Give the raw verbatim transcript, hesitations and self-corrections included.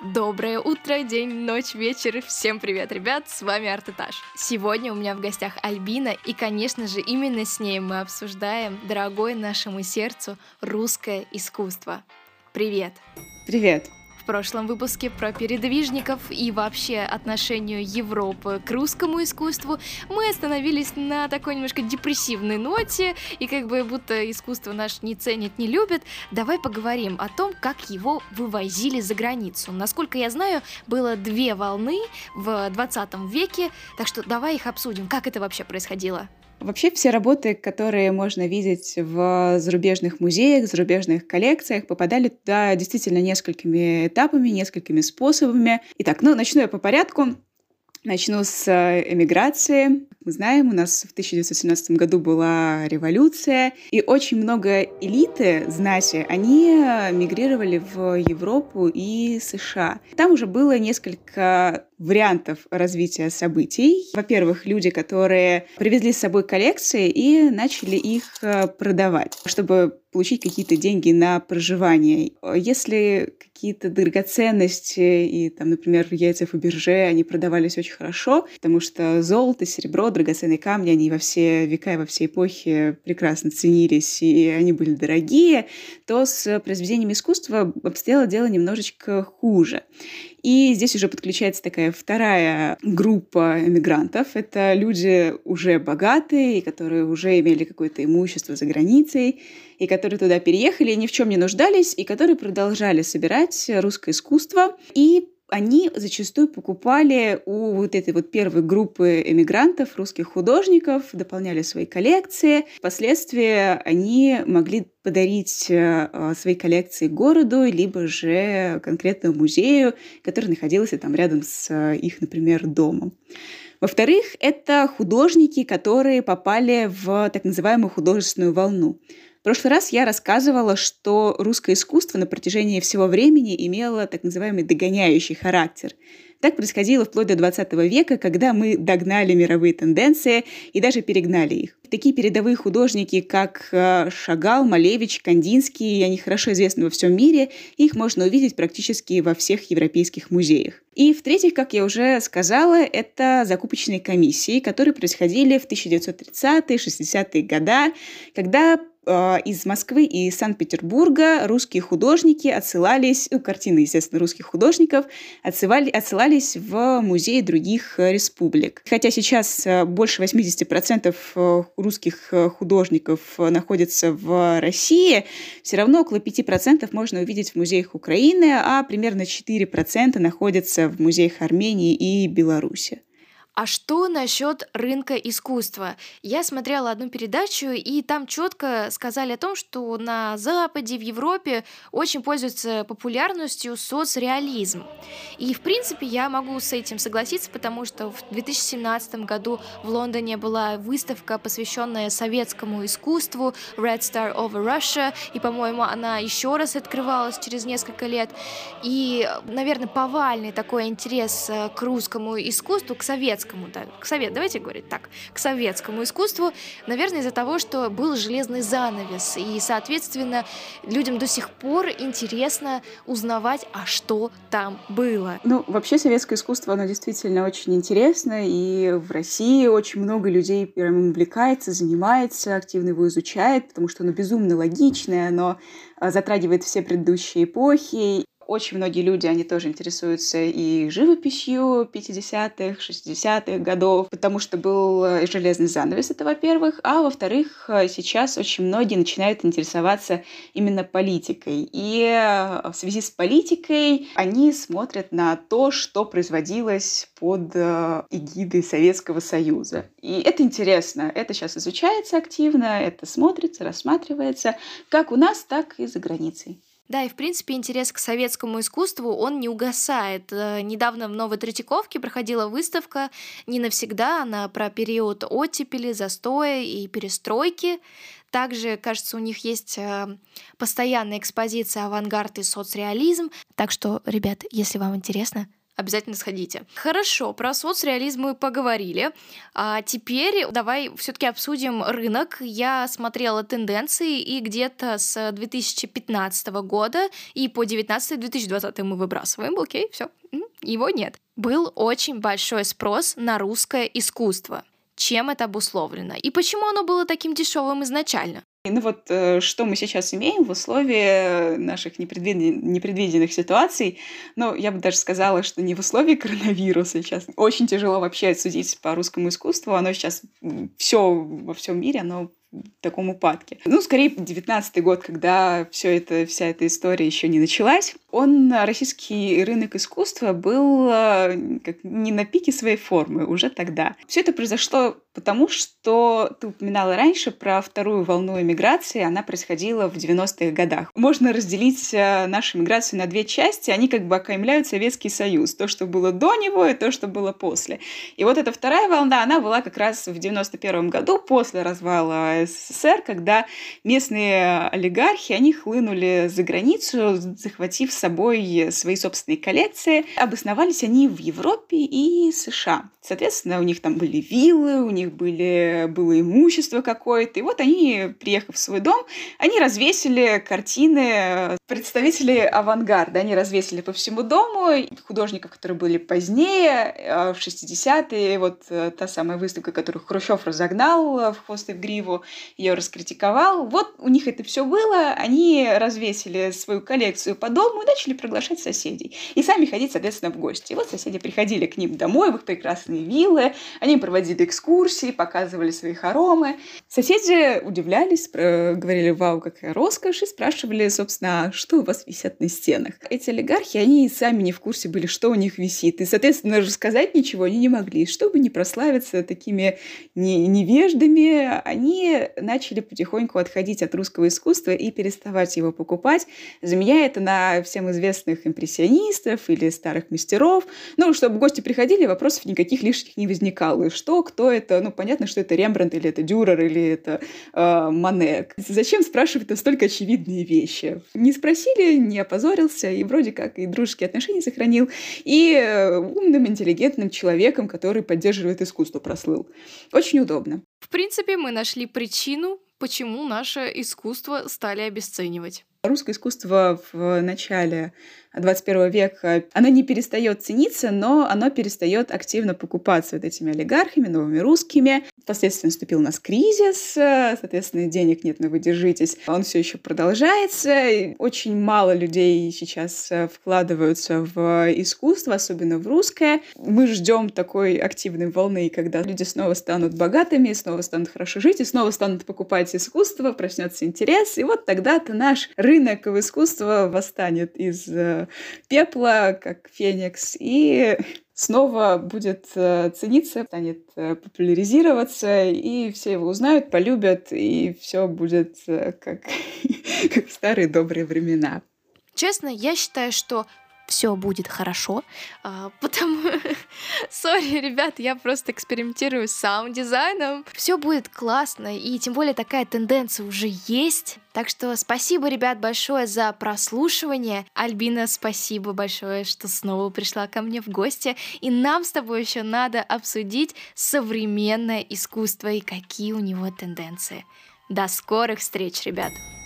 Доброе утро, день, ночь, вечер. Всем привет, ребят, с вами Арт-Этаж. Сегодня у меня в гостях Альбина, и, конечно же, именно с ней мы обсуждаем дорогое нашему сердцу русское искусство. Привет! Привет! В прошлом выпуске про передвижников и вообще отношению Европы к русскому искусству мы остановились на такой немножко депрессивной ноте, и как бы будто искусство наше не ценит, не любит. Давай поговорим о том, как его вывозили за границу. Насколько я знаю, было две волны в двадцатом веке, так что давай их обсудим. Как это вообще происходило? Вообще все работы, которые можно видеть в зарубежных музеях, зарубежных коллекциях, попадали туда действительно несколькими этапами, несколькими способами. Итак, ну, начну я по порядку. Начну с эмиграции. Мы знаем, у нас в тысяча девятьсот семнадцатом году была революция, и очень много элиты, знати, они мигрировали в Европу и США. Там уже было несколько вариантов развития событий. Во-первых, люди, которые привезли с собой коллекции и начали их продавать, чтобы получить какие-то деньги на проживание. Если какие-то драгоценности и, там, например, яйца Фаберже, они продавались очень хорошо, потому что золото, серебро, драгоценные камни, они во все века и во все эпохи прекрасно ценились, и они были дорогие, то с произведениями искусства обстояло дело немножечко хуже. И здесь уже подключается такая вторая группа эмигрантов. Это люди уже богатые, которые уже имели какое-то имущество за границей, и которые туда переехали, ни в чем не нуждались, и которые продолжали собирать русское искусство. И они зачастую покупали у вот этой вот первой группы эмигрантов, русских художников, дополняли свои коллекции. Впоследствии они могли подарить свои коллекции городу, либо же конкретному музею, который находился там рядом с их, например, домом. Во-вторых, это художники, которые попали в так называемую художественную волну. В прошлый раз я рассказывала, что русское искусство на протяжении всего времени имело так называемый догоняющий характер. Так происходило вплоть до двадцатого века, когда мы догнали мировые тенденции и даже перегнали их. Такие передовые художники, как Шагал, Малевич, Кандинский, они хорошо известны во всем мире, их можно увидеть практически во всех европейских музеях. И в-третьих, как я уже сказала, это закупочные комиссии, которые происходили в тысяча девятьсот тридцатые, шестидесятые годы, когда из Москвы и Санкт-Петербурга русские художники отсылались, ну, картины, естественно, русских художников, отсылали, отсылались в музеи других республик. Хотя сейчас больше восемьдесят процентов русских художников находятся в России, все равно около пять процентов можно увидеть в музеях Украины, а примерно четыре процента находятся в музеях Армении и Беларуси. А что насчет рынка искусства? Я смотрела одну передачу, и там четко сказали о том, что на Западе, в Европе очень пользуется популярностью соцреализм. И, в принципе, я могу с этим согласиться, потому что в две тысячи семнадцатом году в Лондоне была выставка, посвященная советскому искусству Red Star Over Russia, и, по-моему, она еще раз открывалась через несколько лет. И, наверное, повальный такой интерес к русскому искусству, к советскому, Да, к совет, давайте говорить так, к советскому искусству, наверное, из-за того, что был железный занавес, и, соответственно, людям до сих пор интересно узнавать, а что там было. Ну, вообще советское искусство, оно действительно очень интересно, и в России очень много людей прям увлекается, занимается, активно его изучает, потому что оно безумно логичное, оно затрагивает все предыдущие эпохи. Очень многие люди, они тоже интересуются и живописью пятидесятых, шестидесятых годов, потому что был железный занавес, это во-первых, а во-вторых, сейчас очень многие начинают интересоваться именно политикой. И в связи с политикой они смотрят на то, что производилось под эгидой Советского Союза. И это интересно, это сейчас изучается активно, это смотрится, рассматривается, как у нас, так и за границей. Да, и в принципе интерес к советскому искусству, он не угасает. Недавно в Новой Третьяковке проходила выставка «Не навсегда», она про период оттепели, застоя и перестройки. Также, кажется, у них есть постоянная экспозиция «Авангард» и «Соцреализм». Так что, ребят, если вам интересно, Обязательно сходите. Хорошо, про соцреализм мы поговорили. А теперь давай все-таки обсудим рынок. Я смотрела тенденции, и где-то с две тысячи пятнадцатого года и по девятнадцатый две тысячи двадцатый мы выбрасываем. Окей, все, его нет. Был очень большой спрос на русское искусство. Чем это обусловлено? И почему оно было таким дешевым изначально? Ну вот э, что мы сейчас имеем в условии наших непредвиден- непредвиденных ситуаций, ну, я бы даже сказала, что не в условии коронавируса сейчас. Очень тяжело вообще судить по русскому искусству. Оно сейчас все во всем мире, оно в таком упадке. Ну, скорее, девятнадцатый год, когда все это, вся эта история еще не началась, он, российский рынок искусства, был э, как не на пике своей формы уже тогда. Все это произошло потому, что ты упоминала раньше про вторую волну эмиграции, она происходила в девяностых годах. Можно разделить э, нашу эмиграцию на две части, они как бы окаймляют Советский Союз. То, что было до него, и то, что было после. И вот эта вторая волна, она была как раз в девяносто первом году, после развала СССР, когда местные олигархи, они хлынули за границу, захватив с собой свои собственные коллекции. Обосновались они в Европе и США. Соответственно, у них там были виллы, у них были, было имущество какое-то. И вот они, приехав в свой дом, они развесили картины представителей авангарда. Они развесили по всему дому художников, которые были позднее, в шестидесятые. Вот та самая выставка, которую Хрущев разогнал в хвост и в гриву, ее раскритиковал. Вот у них это все было. Они развесили свою коллекцию по дому и начали приглашать соседей. И сами ходить, соответственно, в гости. И вот соседи приходили к ним домой, в их прекрасные виллы. Они проводили экскурсии, показывали свои хоромы. Соседи удивлялись, говорили: вау, какая роскошь, и спрашивали, собственно, что у вас висят на стенах. Эти олигархи, они сами не в курсе были, что у них висит. И, соответственно, рассказать ничего они не могли. Чтобы не прославиться такими невеждами, они начали потихоньку отходить от русского искусства и переставать его покупать, заменяя это на всем известных импрессионистов или старых мастеров. Ну, чтобы гости приходили, вопросов никаких лишних не возникало. Что, кто это? Ну, понятно, что это Рембрандт, или это Дюрер, или это э, Мане. Зачем спрашивать настолько очевидные вещи? Не спросили, не опозорился, и вроде как и дружеские отношения сохранил, и э, умным, интеллигентным человеком, который поддерживает искусство, прослыл. Очень удобно. В принципе, мы нашли причину, почему наше искусство стали обесценивать. Русское искусство в начале двадцать первого века, оно не перестает цениться, но оно перестает активно покупаться вот этими олигархами, новыми русскими. Впоследствии наступил у нас кризис, соответственно, денег нет, но вы держитесь. Он все еще продолжается. Очень мало людей сейчас вкладываются в искусство, особенно в русское. Мы ждем такой активной волны, когда люди снова станут богатыми, снова станут хорошо жить, и снова станут покупать искусство, проснется интерес. И вот тогда-то наш рынок в искусство восстанет из пепла, как феникс, и снова будет цениться, станет популяризироваться, и все его узнают, полюбят, и все будет как, как в старые добрые времена. Честно, я считаю, что все будет хорошо, а, потому... Сори, ребят, я просто экспериментирую с саунд-дизайном. Все будет классно, и тем более такая тенденция уже есть. Так что спасибо, ребят, большое за прослушивание. Альбина, спасибо большое, что снова пришла ко мне в гости. И нам с тобой еще надо обсудить современное искусство и какие у него тенденции. До скорых встреч, ребят!